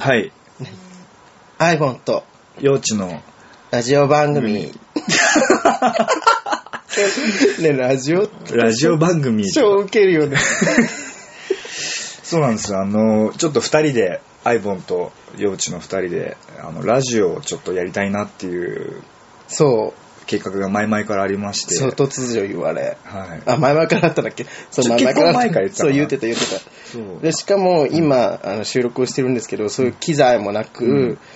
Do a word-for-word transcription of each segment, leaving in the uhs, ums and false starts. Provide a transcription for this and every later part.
はい。 iPhone と幼稚のラジオ番組。ね、ラジオラジオ番組。 超ウケるよね。 そうなんですよ。あの、ちょっと二人で、iPhone と幼稚の二人で、あの、ラジオをちょっとやりたいなっていう。 そう。 計画が前々からありまして。 そう、突如言われ。 はい。 あ、前々からあったんだっけ？そう、 前々から。前から言ってた。 そう、言ってた言ってた。そう。で、しかも今、あの収録をしてるんですけど、そういう機材もなく、うん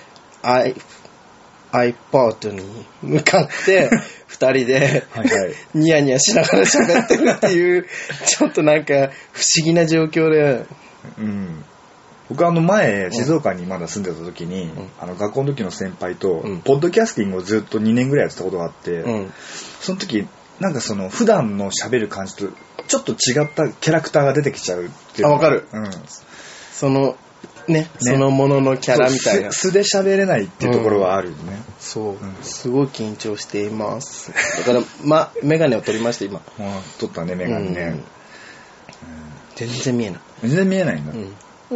、I、iPod に向かって二人ではい、はい、ニヤニヤしながら喋ってるっていうちょっとなんか不思議な状況で、 うん、僕はあの前静岡にまだ住んでた時に、うん、あの学校の時の先輩と、うん、ポッドキャスティングをずっとにねんぐらいやってたことがあって、うん、その時なんかその普段の喋る感じとちょっと違ったキャラクターが出てきちゃうっていうのが。 あ、わかる、うん、そのね、ね、そのもののキャラみたいな素で喋れないっていうところはあるよね、 うん、そう、うん、すごい緊張しています。だからまメガネを取りました今。 あ、取ったねメガネね、うんうん、 全然見えない。 全然見えないんだ、うん、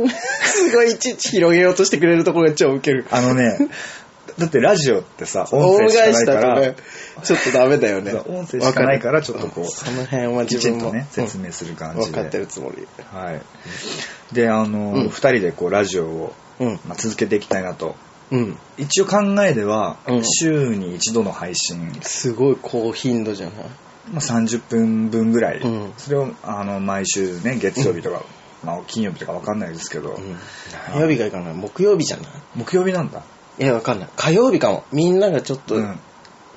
すごいいちいち広げようとしてくれるところが超ウケる。 あのねだってラジオってさ音声しかないから、ね、 ちょっとダメだよね。 音声しかないからちょっとこう、うん、 その辺は自分もきちんとね説明する感じで、 うん、分かってるつもり。 はい。であの、うん、ふたりでこうラジオを、うんまあ、続けていきたいなと、うん、一応考えでは、うん、週に一度の配信。 すごい高頻度じゃない。 まあ、さんじゅっぷんぶんぐらい、うん、それをあの毎週ね月曜日とか、うんまあ、金曜日とか分かんないですけど、うん、 何曜日がいいかな。木曜日じゃない。 木曜日なんだ。 いや、わかんない。火曜日かも。みんながちょっと、うん、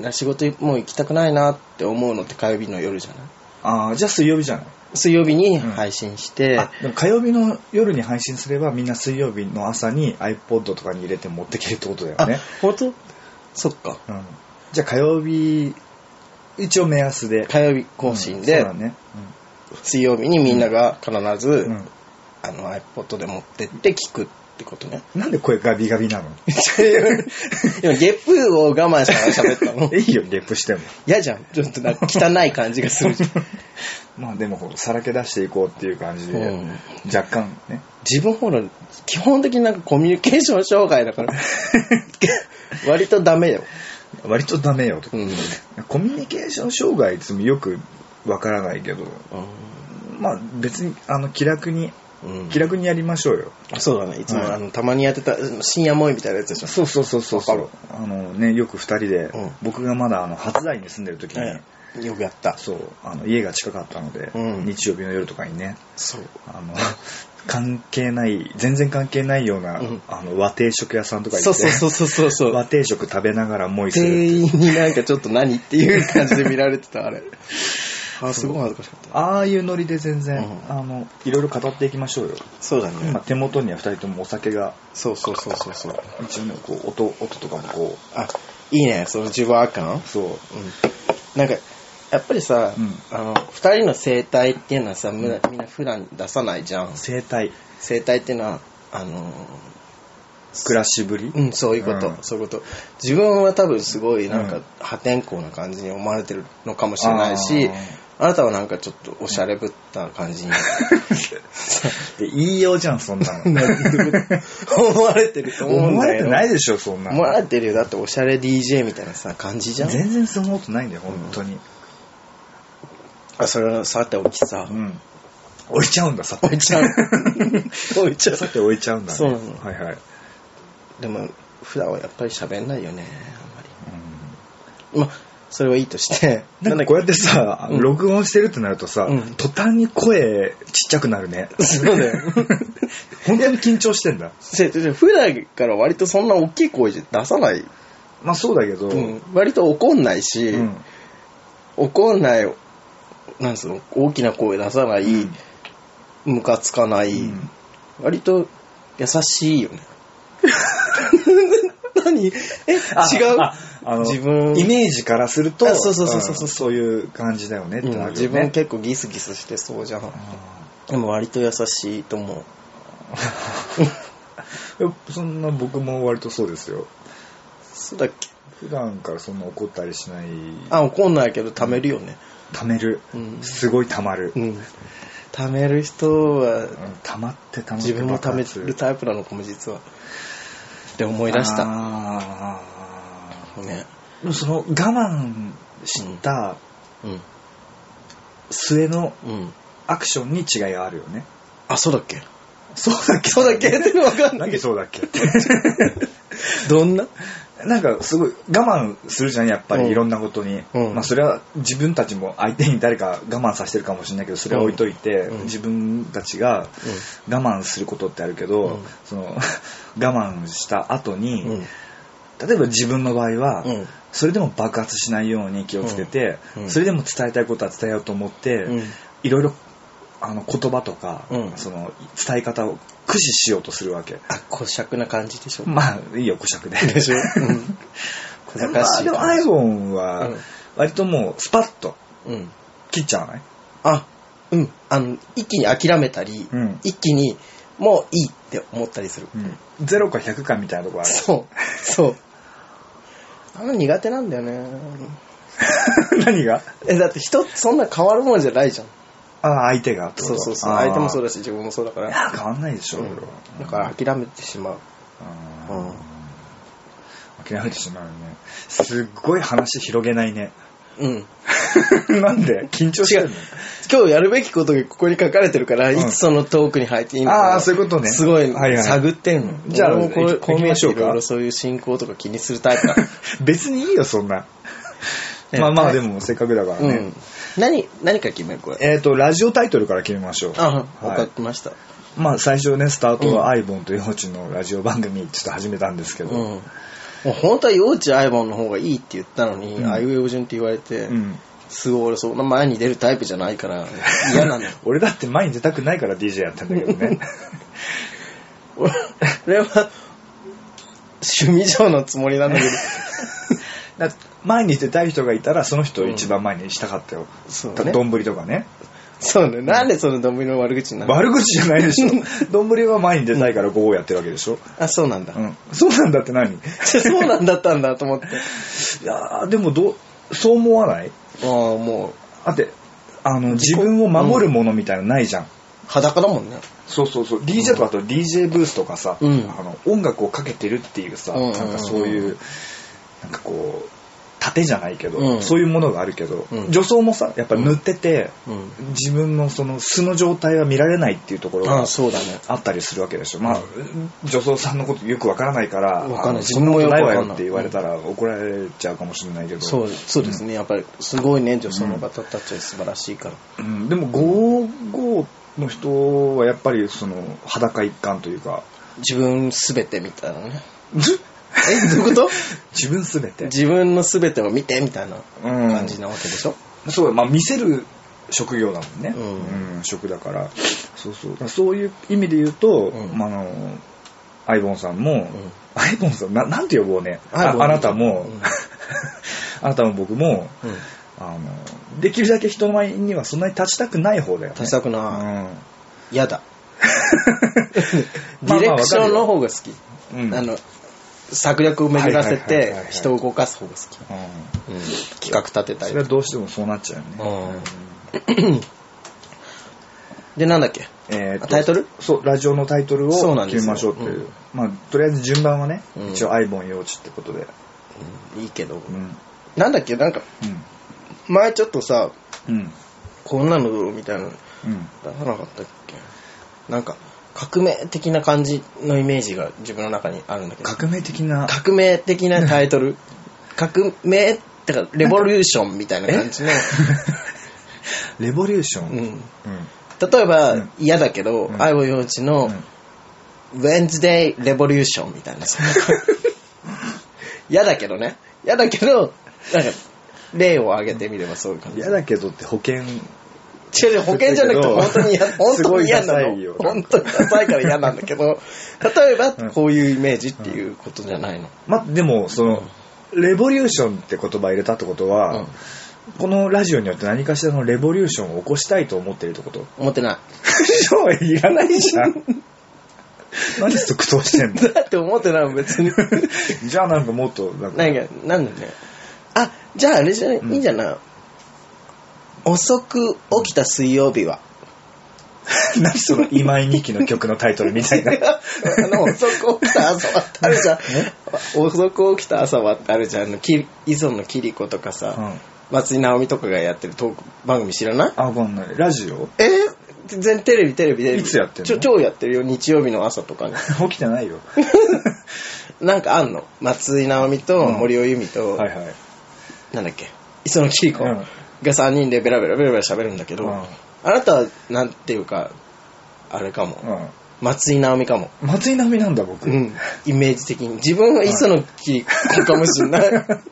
仕事もう行きたくないなって思うのって火曜日の夜じゃない。 ああ、じゃあ水曜日じゃない。 水曜日に配信して、うん、 あでも火曜日の夜に配信すればみんな水曜日の朝に iPod とかに入れて持ってけるってことだよね。 あ、本当？そっか、 うん。じゃあ火曜日一応目安で火曜日更新で、うんそうだねうん、水曜日にみんなが必ず、うん、あの iPod で持ってって聞くってことね。 なんで声ガビガビなの？ 今ゲップを我慢しながら喋ったの。 いいよゲップしても。 嫌じゃん。ちょっとなんか汚い感じがするじゃん。 まあでもほらさらけ出していこうっていう感じで、うん、若干ね。 自分ほら基本的になんかコミュニケーション障害だから割とダメよ。 割とダメよと、うん、コミュニケーション障害ってよくわからないけど、うん、まあ別にあの気楽にうん、気楽にやりましょうよ。 そうだね。いつも、はい、あのたまにやってた深夜萌えみたいなやつでしょ。 そうそうそうそうそう。あのねよく二人で、うん、僕がまだあの初台に住んでる時に、 はい、よくやった。 そうあの家が近かったので、うん、日曜日の夜とかにね。 そうあの関係ない全然関係ないような、うん、あの和定食屋さんとか行って、 そうそうそうそうそう和定食食べながら萌えする。 店員になんかちょっと何っていう感じで見られてたあれ。あすごい恥ずかしかった。 ああいうノリで全然、うん、あのいろいろ語っていきましょうよ。 そうだね。 今手元にはふたりともお酒が。 そうそうそうそうそう。 一応ねこう音音とかもこう。あいいねその自分感。 そう。うん。 なんかやっぱりさ、うん、あのふたりの声帯っていうのはさ、うん、みんな普段出さないじゃん。 声帯。 声帯っていうのはあのー、 暮らしぶり。 うんそういうこと、うん、そういうこと。自分は多分すごいなんか破天荒な感じに思われてるのかもしれないし。あなたはなんかちょっとおしゃれぶった感じに言いようじゃんそんなの思われてると思うんだよ。 思われてないでしょそんなの。 思われてるよ。だっておしゃれ ディージェー みたいなさ感じじゃん。 全然そう思うことないんだよ本当に、うん、 あそれはさておきさ、うん、 置いちゃうんださて置いちゃう置いちゃうさて置いちゃうんだね。 そうなの。 はいはい。 でも普段はやっぱり喋んないよねあんまり、うん、まあそれはいいとしてなんかこうやってさ、うん、録音してるってなるとさ、うん、途端に声ちっちゃくなるね。 そうだよ本当に緊張してんだ。 普段から割とそんな大きい声出さない。 まあそうだけど、うん、 割と怒んないし、うん、怒んないなんつうの大きな声出さない、うん、ムカつかない、うん、割と優しいよね何え違うあの自分イメージからするとそうそうそうそう、うん、 そういう感じだよねってなるよね、うん、 自分結構ギスギスしてそうじゃん。でも割と優しいと思うそんな僕も割とそうですよ。 そうだっけ。 普段からそんな怒ったりしない。 あ怒んないけど溜めるよね。 溜める、うん、すごい溜まる、うん、 貯める人は、 うん、溜まって溜まって自分も貯めるタイプなのかも実はって思い出した。ああ、ね、その我慢した、うんうん、末のアクションに違いがあるよね。 あ、そうだっけそうだっけそうだっけって分かんない。 何そうだっけどんななんかすごい我慢するじゃん、やっぱりいろんなことに、うん、まあそれは自分たちも相手に誰か我慢させてるかもしれないけど、それは置いといて、うん、自分たちが我慢することってあるけど、うん、その我慢した後に、うん、例えば自分の場合は、うん、それでも爆発しないように気をつけて、うん、それでも伝えたいことは伝えようと思って、うん、いろいろあの言葉とか、うん、その伝え方を駆使しようとするわけ。 あ、小尺な感じでしょ。 まあいいよ、小尺で。 でしょ。うん、小賢しい。 でも iPhone は割ともうスパッと切っちゃわない？ あ、うん。あの一気に諦めたり、うん、一気にもういいって思ったりする。 うん、ゼロかひゃくかみたいなとこある。 そうそう。あの苦手なんだよね。 何が？ え、だって人そんな変わるものじゃないじゃん。 ああ、相手がってこと？ そうそうそう。相手もそうだし自分もそうだから。 いや、変わんないでしょ、うん、 だから諦めてしまう。うん、 諦めてしまうね。すっごい話広げないね。 うん。 なんで？緊張してるの？ 今日やるべきことがここに書かれてるから、うん、いつそのトークに入っていいのか。 ああ、そういうことね。 すごい探ってんの。はいはい、 じゃあ、 こうこう見えていろいろそういう進行とか気にするタイプだ。 別にいいよ、そんな。まあまあ、でもせっかくだからね。うん、 何、何から決めるこれ。 えっと、ラジオタイトルから決めましょう。 あ、わかりました。 まあ、最初ね、スタートはアイボンと幼稚のラジオ番組ちょっと始めたんですけど。うん、 もう本当は幼稚アイボンの方がいいって言ったのに、うん、あいうえお順って言われて、うん、すごい俺そんな前に出るタイプじゃないから嫌なの。 俺だって前に出たくないから ディージェー やったんだけどね。 俺は趣味上のつもりなんだけど。 だ前に出たい人がいたらその人を一番前にしたかったよ。そうね。丼とかね。 そうね。なんでその丼の悪口になるの？ 悪口じゃないでしょ。丼は前に出たいからごをやってるわけでしょ。 あ、そうなんだ。 うん。そうなんだって何？ そうなんだったんだと思って。 いやでもどうそう思わない？ ああ、もう。 だってあの自分を守るものみたいなのないじゃん。うん、 裸だもんね。 そうそうそう。ディージェー とかと ディージェー ブースとかさ、うん、あの音楽をかけてるっていうさ、うんうんうんうん、なんかそういうなんかこう盾じゃないけど、うん、そういうものがあるけど、うん、女装もさやっぱ塗ってて、うん、自分のその素の状態は見られないっていうところがあったりするわけでしょ。まあ女装さんのことよくわからないからわかんない自分のことないわよって言われたら怒られちゃうかもしれないけど、 そうそうですね、やっぱりすごいね女装の方たちは素晴らしいから、 うん、でもごじゅうごの人はやっぱりその裸一貫というか自分すべてみたいなね。え、どういうこと？ 自分すべて自分のすべてを見てみたいな感じなわけでしょ、 うん、そう、まあ見せる職業だもんね、うんうん、職だからそうそうそういう意味で言うと、うん、まあ、あのアイボンさんも、うん、アイボンさん な, なんて呼ぼうね あ, あなたも、うん、あなたも僕も、うん、あのできるだけ人の前にはそんなに立ちたくない方だよね。 立ちたくない、嫌、うん、だ。ディレクションの方が好き、うん、あの策略を巡らせて人を動かす方が好き、うんうん、企画立てたり。 それはどうしてもそうなっちゃうよね、 うん、でなんだっけ、えー、タイトル？ そうラジオのタイトルを決めましょうっていう、うん、まあとりあえず順番はね、うん、一応アイボン幼稚ってことで、 うん、いいけど、うん、なんだっけなんか、うん、前ちょっとさ、うん、こんなのどうみたいなの出さなかったっけ。なんか革命的な感じのイメージが自分の中にあるんだけど。 革命的な革命的なタイトル。革命ってかレボリューションみたいな感じの。 レボリューション。うん。うん、 例えば、うん、嫌だけど、愛護幼稚の、うん、Wednesday Revolution みたいな。嫌だけどね。嫌だけど、なんか例を挙げてみればそういう感じ。 嫌だけどって保険。 違う違う、保険じゃなくて本当に嫌、本当に嫌なの。本当にダサいから嫌なんだけど、例えばこういうイメージっていうことじゃないの。 うん、ま、でもその、うん、レボリューションって言葉入れたってことは、うん、このラジオによって何かしらのレボリューションを起こしたいと思ってるってこと？ 思ってない。 そういらないじゃん。何即答してんの？ だって思ってないもん別に。 じゃあなんかもっとなんか。 なんかなんだね。あ、じゃああれじゃない、うん、いいんじゃない。遅く起きた水曜日は何その今井二期の曲のタイトルみたいな。 あの、遅く起きた朝はってあるじゃん。遅く起きた朝はってあるじゃん。磯野桐子とかさ、うん、松井直美とかがやってるトーク番組知らない？ あ、わかんない。ラジオ？ えー、全然テレビテレビで。 いつやってんの？ ちょ、超やってるよ。日曜日の朝とかに。 起きてないよ。 なんかあんの。松井直美と森尾由美と、うん、はいはい。なんだっけ。磯野桐子がさんにんでベラベラベラベラ喋るんだけど、うん、あなたはなんていうか、あれかも。うん、松井直美かも。 松井直美なんだ僕。 うん。イメージ的に。自分は磯野桐子かもしんない。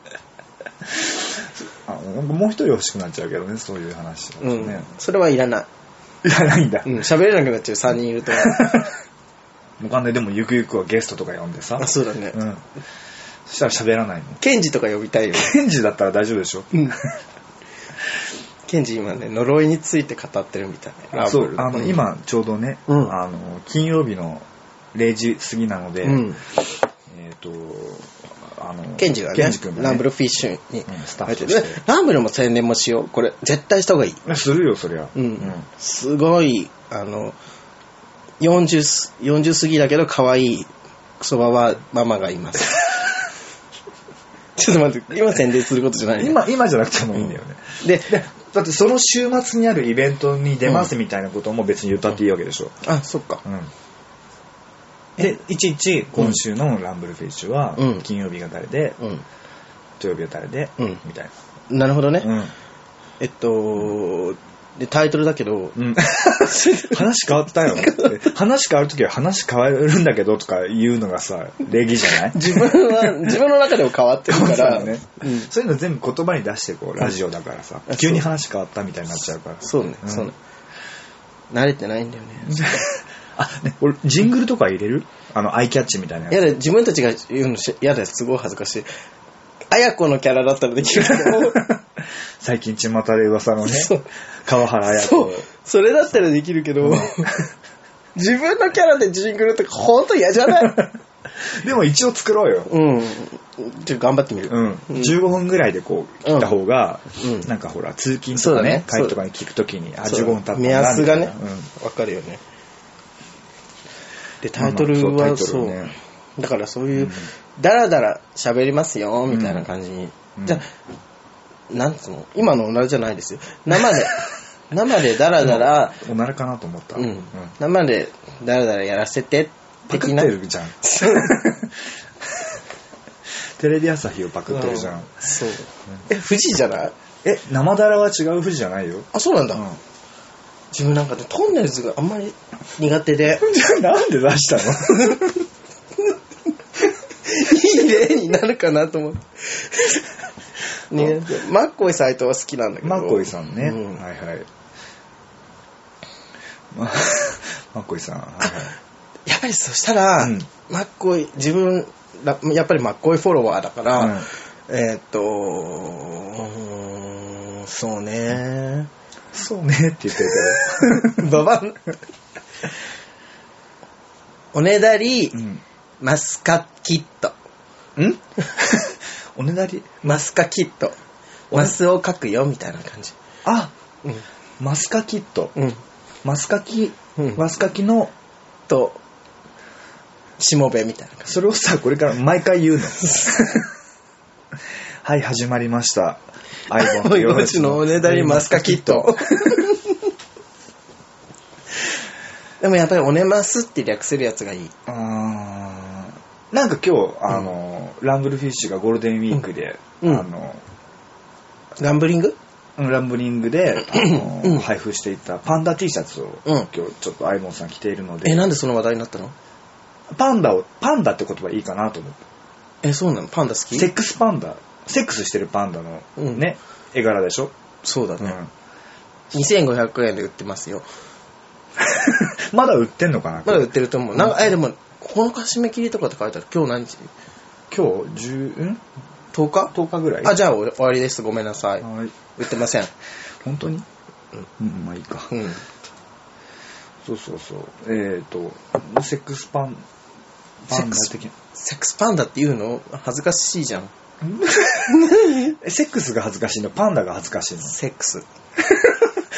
あ、もう一人欲しくなっちゃうけどね、そういう話、ね。 うん。それはいらない。 いらないんだ。 うん。喋れなくなっちゃう、さんにんいると。 わかんない。でもゆくゆくはゲストとか呼んでさ。 あ、そうだね。 うん。そしたら喋らないの。 ケンジとか呼びたいよ。 ケンジだったら大丈夫でしょ。うん。 ケンジ今ね、呪いについて語ってるみたいな。そう、あの、うん、今ちょうどね、うん、あの、金曜日のれいじ過ぎなので、うん、えっ、ー、と、あの、 ケンジがね、 ケンジ君がね、 ランブルフィッシュに、 うん、スタッフとして。 ランブルも宣伝もしよう。これ、絶対した方がいい。 するよ、そりゃ。 うん。うん、すごい、あの、よんじゅう、よんじゅう過ぎだけど可愛いクソババママがいます。ちょっと待って、今宣伝することじゃない、ね、 今、今じゃなくてもいいんだよね。うん、で、でだってその週末にあるイベントに出ますみたいなことも別に言ったっていいわけでしょ。 うん、あ、そっか。うん。 で、いちいち今週のランブルフィッシュは、金曜日が誰で、うん、土曜日が誰で、うん、みたいな。なるほどね。うん、えっと、でタイトルだけど、うん、 話変わったよ。話変わるときは話変わるんだけどとか言うのがさ、礼儀じゃない？ 自分は、自分の中でも変わってるから。 ね、うん、そういうの全部言葉に出してこう、ラジオだからさ、うん、急に話変わったみたいになっちゃうから。 そうね、うん、そうね。慣れてないんだよね。 あ、ね、俺、ジングルとか入れる？あの、アイキャッチみたいなやつ。 やだ、自分たちが言うの嫌だ、すごい恥ずかしい。あやこのキャラだったらできるけど。 最近巷で噂のね、川原綾子。そう、 それだったらできるけど、自分のキャラでジングルとかほんと嫌じゃない？ でも一応作ろうよ。 うん。ちょっと頑張ってみる。 うん。じゅうごふんぐらいでこう切った方が、うん、なんかほら、通勤とかね、帰りとかに聞くときに、あ、じゅうごふん経ったんだ。 目安がね、わ、うん、かるよね。で、タイトルは、まあまあ、そう、ね、だからそういう、ダラダラ喋りますよ、みたいな感じに。うん、じゃあ、なんつうの、今のおならじゃないですよ。生で、生でダラダラ。 おならかなと思った。うん。うん、 生でダラダラやらせて、 的な。パクってるじゃん。テレビ朝日をパクってるじゃん。うん、 そう。え、富士じゃない？ え、生ダラは違う富士じゃないよ。 あ、そうなんだ。うん、自分なんかね、トンネルズがあんまり苦手で。 じゃあなんで出したの？ いい例になるかなと思って。ね、マッコイ斎藤は好きなんだけど。 マッコイさんね。うん、はいはい。ま、マッコイさん。はいはい、 やっぱりそしたら、うん、マッコイ、自分、やっぱりマッコイフォロワーだから、うん、えー、っと、うん、そうね。 そうねって言ってるけど。 ババン。おねだり、うん、マスカキット。 んおねだりマスカキット。マスを描くよみたいな感じ。 あ、うん、マスカキット。うん、マスカキ、うん、マスカキのとしもべみたいな感じ。 それをさ、これから毎回言うの。はい、始まりました。アイボンよろしのおねだりマスカキット。でもやっぱりおねますって略せるやつがいい。 あー、なんか今日あの、うん、ランブルフィッシュがゴールデンウィークで、うん、あのランブリングランブリングであの、うん、配布していたパンダ T シャツを、うん、今日ちょっとアイボンさん着ているので。 え、なんでその話題になったの？ パンダをパンダって言葉いいかなと思って。 え、そうなの？パンダ好き？ セックスパンダ、セックスしてるパンダの、うん、ね、絵柄でしょ。 そうだね、うん、にせんごひゃくえんで売ってますよ。 まだ売ってんのかな？ まだ売ってると思う。なんか、え、でもこの締め切りとかって書いてある。今日何日？ 今日じゅう、んとおか ?とお日ぐらい。 あ、じゃあ終わりです。ごめんなさい。はい。売ってません。 本当に？うん、うん、まあいいか。うん。そうそうそう。えっ、ー、と、セックスパン、パンダ的な。 セックスパンダって言うの恥ずかしいじゃん。 セックスが恥ずかしいの？パンダが恥ずかしいの？ セックス。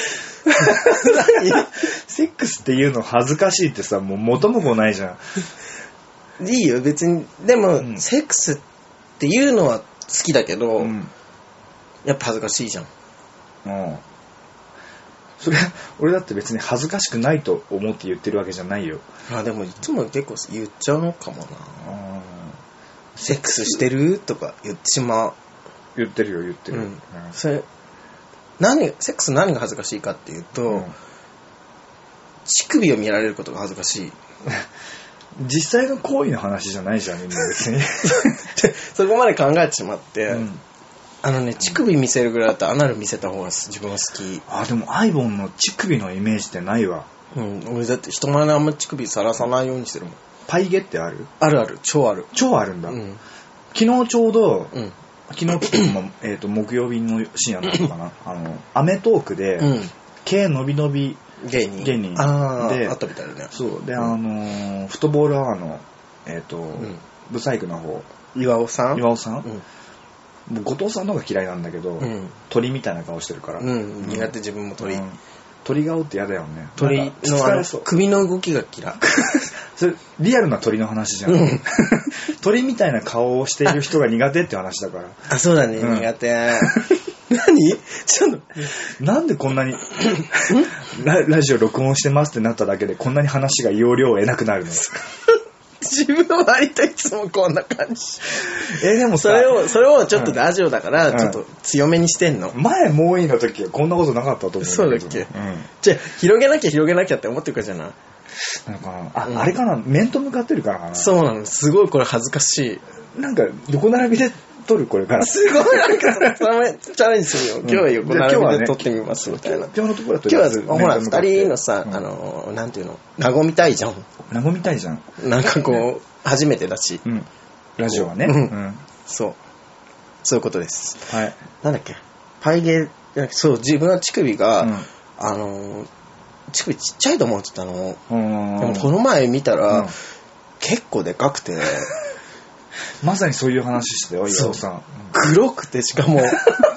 何セックスっていうの恥ずかしいってさ、もう元も子ないじゃん。いいよ別に。でも、うん、セックスっていうのは好きだけど、うん、やっぱ恥ずかしいじゃん。 うん。それ俺だって別に恥ずかしくないと思って言ってるわけじゃないよ。 あ、でもいつも結構言っちゃうのかもな。セックスしてるとか言ってしまう。 言ってるよ言ってる、うんうん、 それ何セックス何が恥ずかしいかっていうと、うん、乳首を見られることが恥ずかしい。 実際の行為の話じゃないじゃんみんな別に。 そこまで考えてしまって、うん、あのね乳首見せるぐらいだったらアナル見せた方が自分は好き。 あ、でもアイボンの乳首のイメージってないわ。 うん、俺だって人前であんま乳首さらさないようにしてるもん。 パイゲってある？ あるある、超ある。 超あるんだ。うん、昨日ちょうど、うん、昨日来もえっと木曜日の深夜なのかな。あのアメトークで、うん、K のびのび芸人芸人あであったみたいだね。 そうで、うん、あのー、フットボールアワーのえっ、ー、と、うん、ブサイクの方岩尾さん岩尾さん、うん、もう後藤さんの方が嫌いなんだけど、うん、鳥みたいな顔してるから、 うん、苦手。自分も鳥、うん、 鳥顔って嫌だよね。 鳥のあの首の動きが嫌い。 それリアルな鳥の話じゃん、うん、鳥みたいな顔をしている人が苦手って話だから。 あ、そうだね、うん、苦手。何ちょっとなんでこんなにラ, ラジオ録音してますってなっただけでこんなに話が容量を得なくなるの？ 自分は割といつもこんな感じ。えでもそれをそれをちょっとラジオだからちょっと強めにしてんの、 うん、前もういいの時はこんなことなかったと思うんだけど。 そうだっけ、うん、じゃあ広げなきゃ広げなきゃって思ってるからじゃない。 なんかあ、うん、あれかな、面と向かってるからかな。 そうなの、すごいこれ恥ずかしい。なんか横並びで撮るこれから。 すごいなんかそれチャレンジするよ。今日は横並びで撮ってみますみたいな。 今日のところだと今日はほら二人のさ、うん、あのなんていうの、和みたいじゃん。 和みたいじゃん。 なんかこう、ね、初めてだし、 うん、ラジオはね、 うんうん、そうそういうことです。 はい。 なんだっけ、パイゲー、そう自分は乳首が、うん、あの乳首ちっちゃいと思ってたの。でもこの前見たら、うん、結構でかくて。 まさにそういう話してよ、岩尾さん。 黒くて、しかも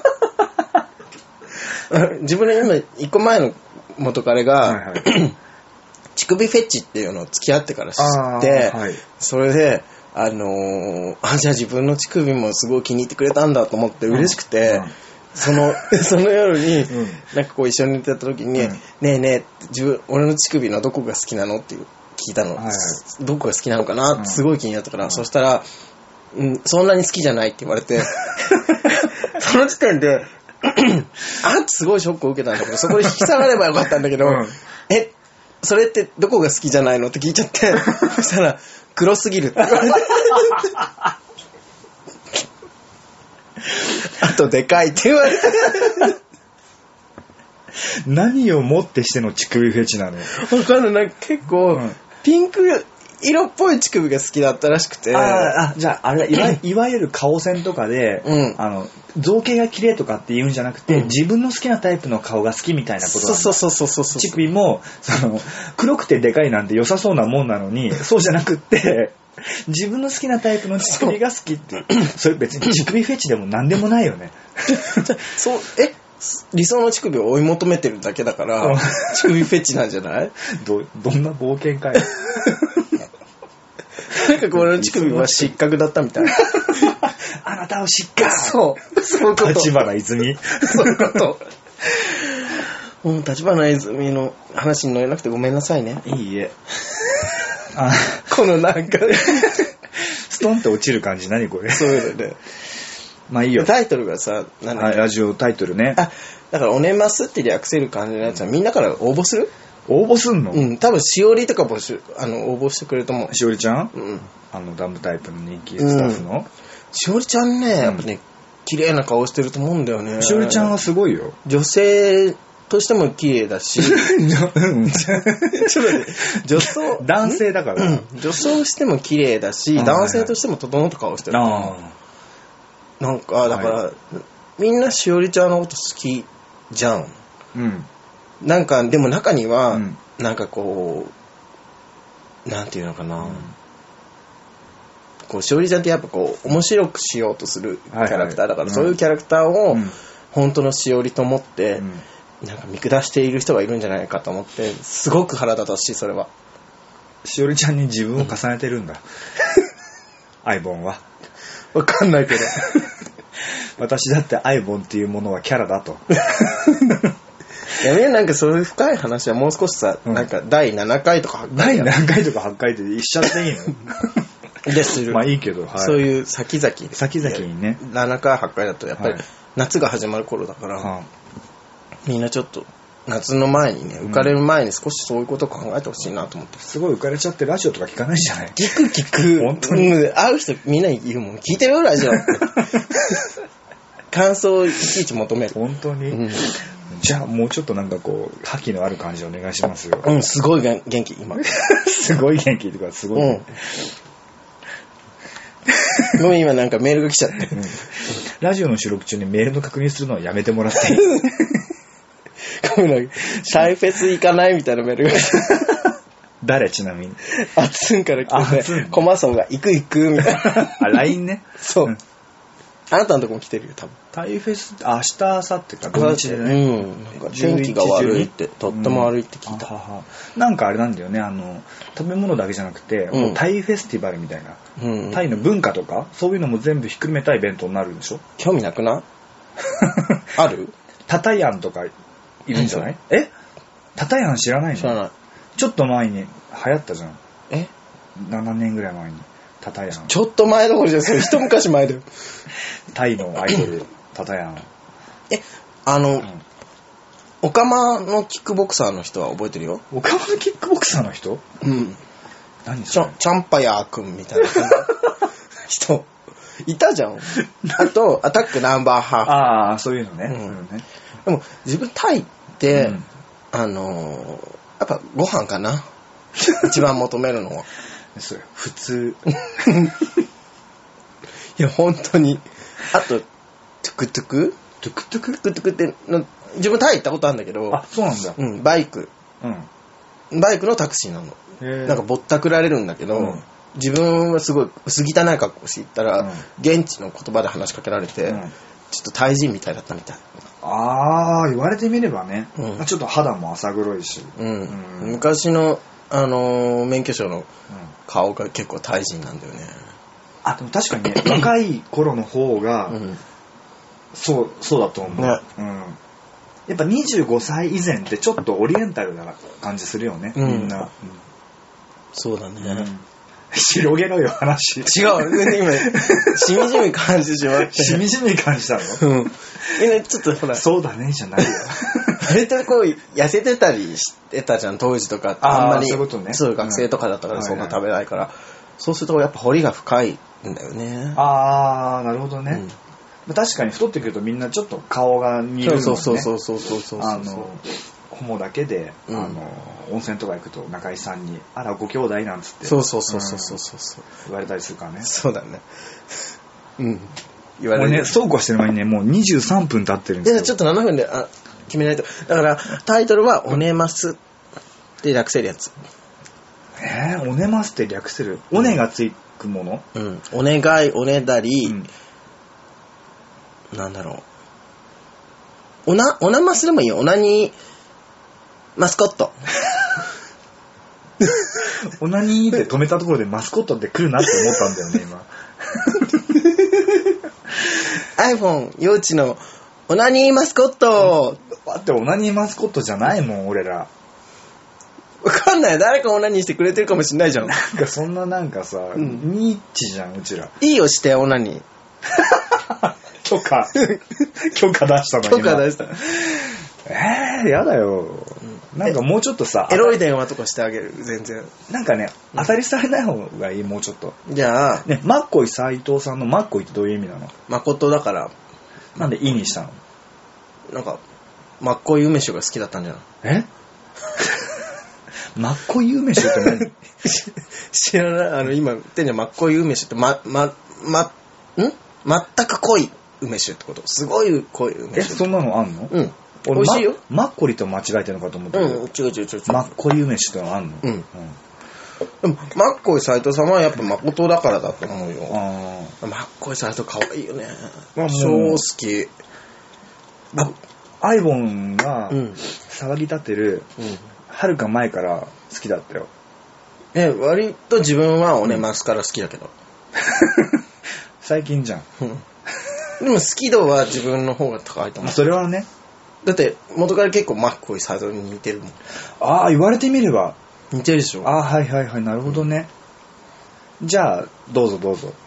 自分の今一個前の元彼が、はいはい、乳首フェチっていうのを付き合ってから知って、はい、それであのー、あじゃあ自分の乳首もすごい気に入ってくれたんだと思って嬉しくて、うんうん、そのその夜に、うん、なんかこう一緒に寝てた時に、うん、ねえねえ自分俺の乳首のどこが好きなのって聞いたの、はいはい、どこが好きなのかなってすごい気になったから、うん、そしたら、うん、そんなに好きじゃないって言われてその時点であってすごいショックを受けたんだけど、そこで引き下がればよかったんだけど、うん、えそれってどこが好きじゃないのって聞いちゃって、そしたら黒すぎるって言われてあとでかいって言われて何をもってしての乳首フェチなの？ わかんない。なんか結構、うん、ピンク色っぽい乳首が好きだったらしくて。 ああ、じゃああれいわ、いわゆる顔線とかで、うん、あの造形が綺麗とかって言うんじゃなくて、うん、自分の好きなタイプの顔が好きみたいなことなんだ。 そうそうそうそうそう。 乳首もその黒くてでかいなんて良さそうなもんなのに、そうじゃなくって自分の好きなタイプの乳首が好きって、それ別に乳首フェチでもなんでもないよね。 そうえ理想の乳首を追い求めてるだけだから乳首フェチなんじゃない？ どどんな冒険かよ。 なんかこの乳首は失格だったみたいな。 あなたを失格。 そうそういうこと。 立花泉。 そういうこと。もう立花泉の話に乗れなくてごめんなさいね。 いいえ。あこのなんかストンって落ちる感じ何これ。 そうだね。 まあいいよ。 タイトルがさ、 なんだっけ、ラジオタイトルね。 あ、だからおねますって略せる感じのやつはみんなから応募する？ 応募すんの？ うん、多分しおりとか募集あの応募してくれると思う。 しおりちゃん？ うん。 あのダムタイプの人気スタッフの。うん、 しおりちゃんね、やっぱね、うん、綺麗な顔してると思うんだよね。 しおりちゃんはすごいよ。 女性としても綺麗だし。ちょっと待って、女装男性だから。 うん、女装しても綺麗だし、男性としても整った顔してる。 ああ。なんかだから、はい、みんなしおりちゃんのこと好きじゃん。 うん。 なんかでも中には、うん、なんかこうなんていうのかな、うん、こうしおりちゃんってやっぱこう面白くしようとするキャラクターだから、はいはい、そういうキャラクターを、うん、本当のしおりと思ってなんか見下している人がいるんじゃないかと思って、すごく腹立たしい、それは。 しおりちゃんに自分を重ねてるんだ。アイボンは。 わかんないけど。 私だってアイボンっていうものはキャラだと。 やめよ、なんかそういう深い話はもう少しさ、うん、なんかだいななかいとかはちかい。 だいななかいとかはちかいって言っちゃっていいのでする。 まあいいけど、はい、 そういう先々。 先々にね。 ななかいはちかいだとやっぱり夏が始まる頃だから、はい、みんなちょっと夏の前にね、浮かれる前に少しそういうことを考えてほしいなと思って。 すごい浮かれちゃってラジオとか聞かないじゃない。 聞く聞く。 本当に。 うん、会う人みんな言うもん。聞いてるよ、ラジオって。感想をいちいち求める。 本当に、うん、じゃあもうちょっとなんかこう覇気のある感じお願いしますよ。 うん、すごい元気今。 すごい元気とかすごい、ね、 うん、ごめん今なんかメールが来ちゃって、うん、 ラジオの収録中にメールの確認するのはやめてもらっていい？ ごめん、サイフェス行かないみたいなメールが来て。 誰ちなみに？ あつんから来てね、コマソンが行く行くみたいな。 あ、ライン ね。 そう。うん、あなたのとこも来てるよ、多分。 タイフェス、明日、明後日か、土日でね。 うん。なんか天気が悪いって、とっても悪いって聞いた、うんはは。 なんかあれなんだよね、あの、食べ物だけじゃなくて、うん、もうタイフェスティバルみたいな、うん。タイの文化とか、そういうのも全部ひっくるめたイベントになるでしょ？ 興味なくない？ある？ タタヤンとかいるんじゃない？え？タタヤン知らないの？ 知らない。 ちょっと前に流行ったじゃん。 え？ ななねんぐらい前に。タタヤン。 ちょっと前どころじゃん、それ一昔前だよ。 タイのアイドル、タタヤン。 え、あの、うん、オカマのキックボクサーの人は覚えてるよ。 オカマのキックボクサーの人？ うん。 何それ？ チャンパヤーくんみたいな人。いたじゃん。あと、アタックナンバーハーフ。 ああ、そういうのね。 うん、ねでも、自分タイって、うん、あのー、やっぱご飯かな。一番求めるのは。 それ普通。 いや本当に。あとトゥクトゥクトゥクトゥクトゥクトゥクっての自分タイ行ったことあるんだけど。 あ、そうなんだ。 うん、バイク。うん。バイクのタクシーなの。なんかぼったくられるんだけど、うん、自分はすごい薄汚い格好して行ったら、うん、現地の言葉で話しかけられて、うん、ちょっとタイ人みたいだったみたい。 ああ、言われてみればね。うん、ちょっと肌も浅黒いし。 うんうん、昔のあのー、免許証の顔が結構タイ人なんだよね。 あ、でも確かにね、若い頃の方が、うん、そう、そうだと思う、ねうん。やっぱにじゅうごさい以前ってちょっとオリエンタルな感じするよね、うん、みんな。うん、 そうだね。うん広げろよ話。 違う。今、しみじみ感じてしまって。 しみじみ感じたの？ うん。みんなちょっとほら。 そうだね、じゃないよ。 割とこう、痩せてたりしてたじゃん、当時とか。あんまり。 そういうことね。 そう、学生とかだったからそんな食べないから。うんはいはい、そうするとやっぱ彫りが深いんだよね。 あー、なるほどね。うん、確かに太ってくるとみんなちょっと顔が似るもんね。 そうそうそうそうそうそうそう。 あの、ホモだけで、うん、あの温泉とか行くと中井さんにあらご兄弟なんつってそうそうそうそうそうそう、 うん、言われたりするからね。 そうだね。うん言われる。ね、そうこうしてる前にねもうにじゅうさんぷん経ってるんですよ。 ちょっとななふんであ決めないと。だからタイトルはおねますって略せるやつ。 えー、おねますって略せる。おねがつくもの？ うん。お願いおねだり、うん、なんだろう。おなおなますでもいいよ。おなにマスコット。 オナニーで止めたところでマスコットって来るなって思ったんだよね今。iPhone 幼稚のオナニーマスコット。 待ってオナニーマスコットじゃないもん俺ら。 わかんない。誰かオナニーしてくれてるかもしんないじゃん。 なんかそんななんかさ、うん、ニッチじゃんうちら。 いいよしてオナニー。 許可許可出したの許可出した。 えー、やだよ。なんかもうちょっとさエロい電話とかしてあげる。全然なんかね当たりされない方がいい。もうちょっとじゃあねマッコイ斉藤さんのマッコイってどういう意味なの？ 誠だからなんでいいにしたの？ なんかマッコイ梅酒が好きだったんじゃない？ えマッコイ梅酒って何？ 知らない。あの今言ってんじゃんマッコイ梅酒ってまままん全く濃い梅酒ってこと。すごい濃い梅酒。 えそんなのあんの？ うん美味しいよ。 マッコリと間違えてるのかと思ったけど。 うん、違う違う違う違う。 マッコリ梅酒ってのあんの？うん。うん、 でもマッコイ斉藤様はやっぱ誠だからだと思うよ。あマッコイ斉藤可愛いよね。超好き。あ、 アイボンが騒ぎ立てる、うん、はるか前から好きだったよ。 え、割と自分はオネマスから好きだけど。 最近じゃん。 でも好き度は自分の方が高いと思う。 それはね。 だって元から結構マッコイサイドに似てるもん。 ああ、言われてみれば似てるでしょ。 ああ、はいはいはい、なるほどね。じゃあどうぞどうぞ。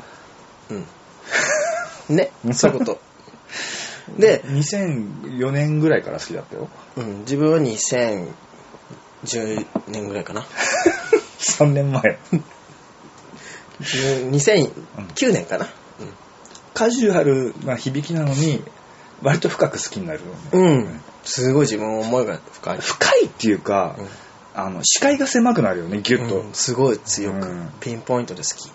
うん。ね、そういうこと。で、 にせんよねんぐらいから好きだったよ。 うん、自分はにせんじゅうねんぐらいかな。 さんねんまえ。 にせんきゅうねんかな、 うん、カジュアルな響きなのに割と深く好きになるよね。 うん、すごい自分の思いが深い。 深いっていうか、うん、あの視界が狭くなるよね、ギュッと、 うん、すごい強く、うん、ピンポイントで好き。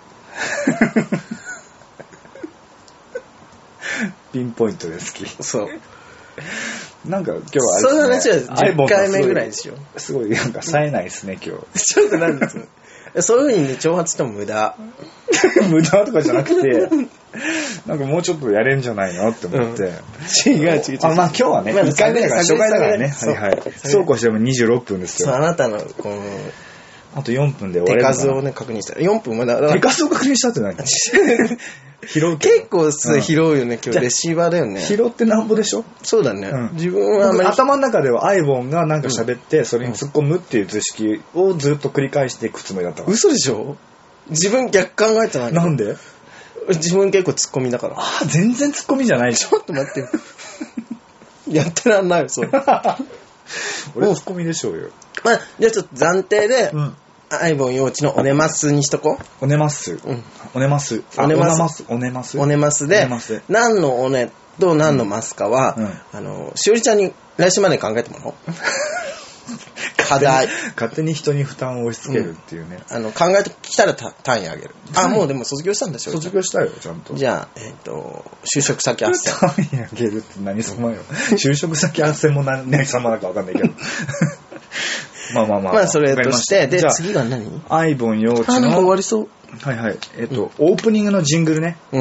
ピンポイントで好き。 そう。 なんか今日はあれ、ね、その話はじゅっかいめぐらいですよ。 すごいなんか冴えないですね今日。 ちょっとなんですそういう風にね、挑発しても無駄。 無駄とかじゃなくて、なんかもうちょっとやれんじゃないのって思って。うん、 違う違う違う。 あ、まあ今日はね、まあ、いっかいめだから初回だからね。はいはい。そうこうしてもにじゅうろっぷんですよ。 そう、あなたのこのあとよんぷんで終わる。 手数をね確認したらよんぷんまだ。 手数を確認したって何？拾う結構拾うよね、今日レシーバーだよね。 拾ってなんぼでしょ。 そうだね、うん、自分はあんまり頭の中ではアイボンがなんか喋ってそれに突っ込むっていう図式をずっと繰り返していくつもりだったから。 嘘でしょ。自分逆考えてない。 なんで？ 自分結構ツッコミだから。 ああ、全然ツッコミじゃない。 ちょっと待ってよ。やってらんないよ、それ。 俺ツッコミでしょうよ。 まあ、じゃあちょっと暫定で、うん、アイボン幼稚のオネマスにしとこう。オネマス。うん。オネマス。 オネマス。 オネマス。 オネマスで、何のオネと何のマスかは、うん、あの、しおりちゃんに来週まで考えてもらおう。課題。 勝手に人に負担を押し付けるっていうね。 うん、あの、考えてきたら単位あげる。あ、もうでも卒業したんでしょ。 卒業したよ、ちゃんと。 じゃあ、えっ、ー、と、就職先斡旋。 単位あげるって何様よ。就職先斡旋も何様だかわかんないけど。まあまあまあ。 まあそれとして、で、次が何？ アイボン幼稚の。 あ、終わりそう。 はいはい。えっ、ー、と、うん、オープニングのジングルね。 うん。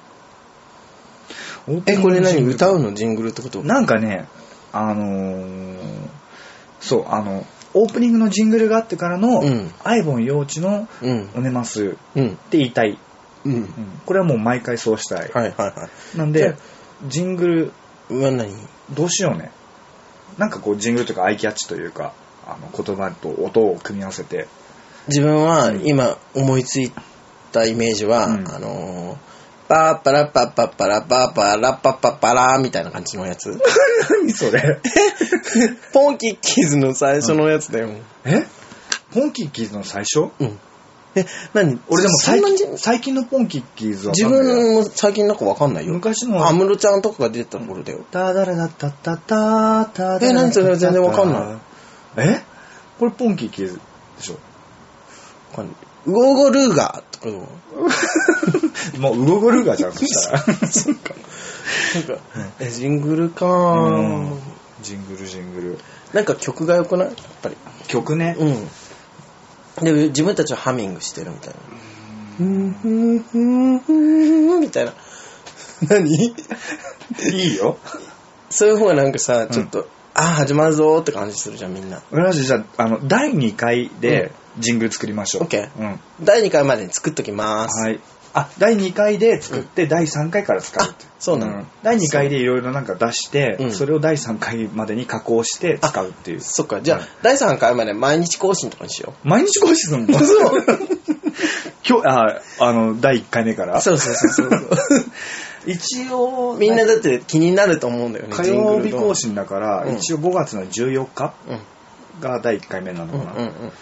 うん、え、これ何？歌うのジングルってこと？ なんかね、あのー、そう、あの、オープニングのジングルがあってからの、うん、アイボン幼稚のオネマスって言いたい。うんうん、これはもう毎回そうしたい。 はいはいはい。 なんで、ジングルは何？ どうしようね。なんかこうジングルというかアイキャッチというか、あの言葉と音を組み合わせて。 自分は今思いついたイメージは、うん、あのー、パーパラパッパッパラパーパラパッパッパラーみたいな感じのやつ。 何それ？ ポンキッキーズの最初のやつだよ。 うん、え？ポンキッキーズの最初？ うん。え、何？ 俺でも最近、最近のポンキッキーズは自分も最近なんかわかんないよ。 昔の。 アムロちゃんとかが出てたところだよ。 タダラダタタタタえ、何それ全然わかんない。 え？これポンキッキーズでしょ。 わかんない。ウゴゴルーガーとかもうウゴゴルーガーじゃん、そしたら。 そっか。なんか、え、ジングルかー。 ジングルジングル。 なんか曲が良くない？やっぱり。 曲ね。 うん。で、自分たちはハミングしてるみたいな。ふんふんふんふんみたいな。何？いいよ。 そういう方がなんかさ、ちょっと、うん、ああ、始まるぞーって感じするじゃん、みんな。 マジじゃあ、あの、だいにかいでジングル作りましょう。 オッケー。うん。だいにかいまでに作っときます。 はい。あ、だいにかいで作って、うん、だいさんかいから使うって。 そうなの、うん、 だいにかいでいろいろなんか出して、うん、それをだいさんかいまでに加工して使うっていう。 そっか、じゃあ、うん、だいさんかいまで毎日更新とかにしよう。毎日更新するの？そう。今日、あ、あの、だいいっかいめから？ そうそうそうそう。一応、みんなだって気になると思うんだよね。 火曜日更新だから、うん、一応ごがつのじゅうよっかがだいいっかいめなのかな。うんうんうんうん、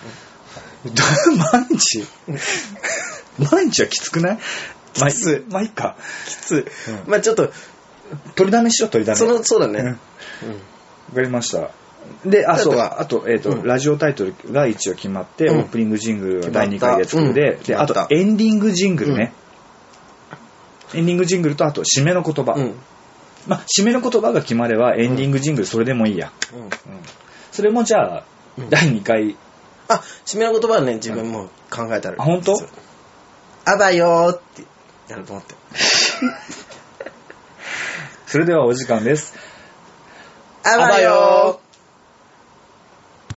毎日毎日はきつくない？ きつい。 まあいいか。 きつい。うん、まあちょっと、 取りだめしよう、取りだめ。 その、そうだね。うん。わかりました。で、あ、そう、あと、えっと、うん、ラジオタイトルが一応決まって、うん、オープニングジングルはだいにかいで作るで、うん、で、あと、エンディングジングルね。うん、エンディングジングルと、あと、締めの言葉。うん、まあ、締めの言葉が決まれば、エンディングジングルそれでもいいや。うんうん、それもじゃあ、だいにかい。 あ、締めの言葉はね、自分も考えたら。 あ、本当？ あばよーってやると思って。 それではお時間です。 あばよー。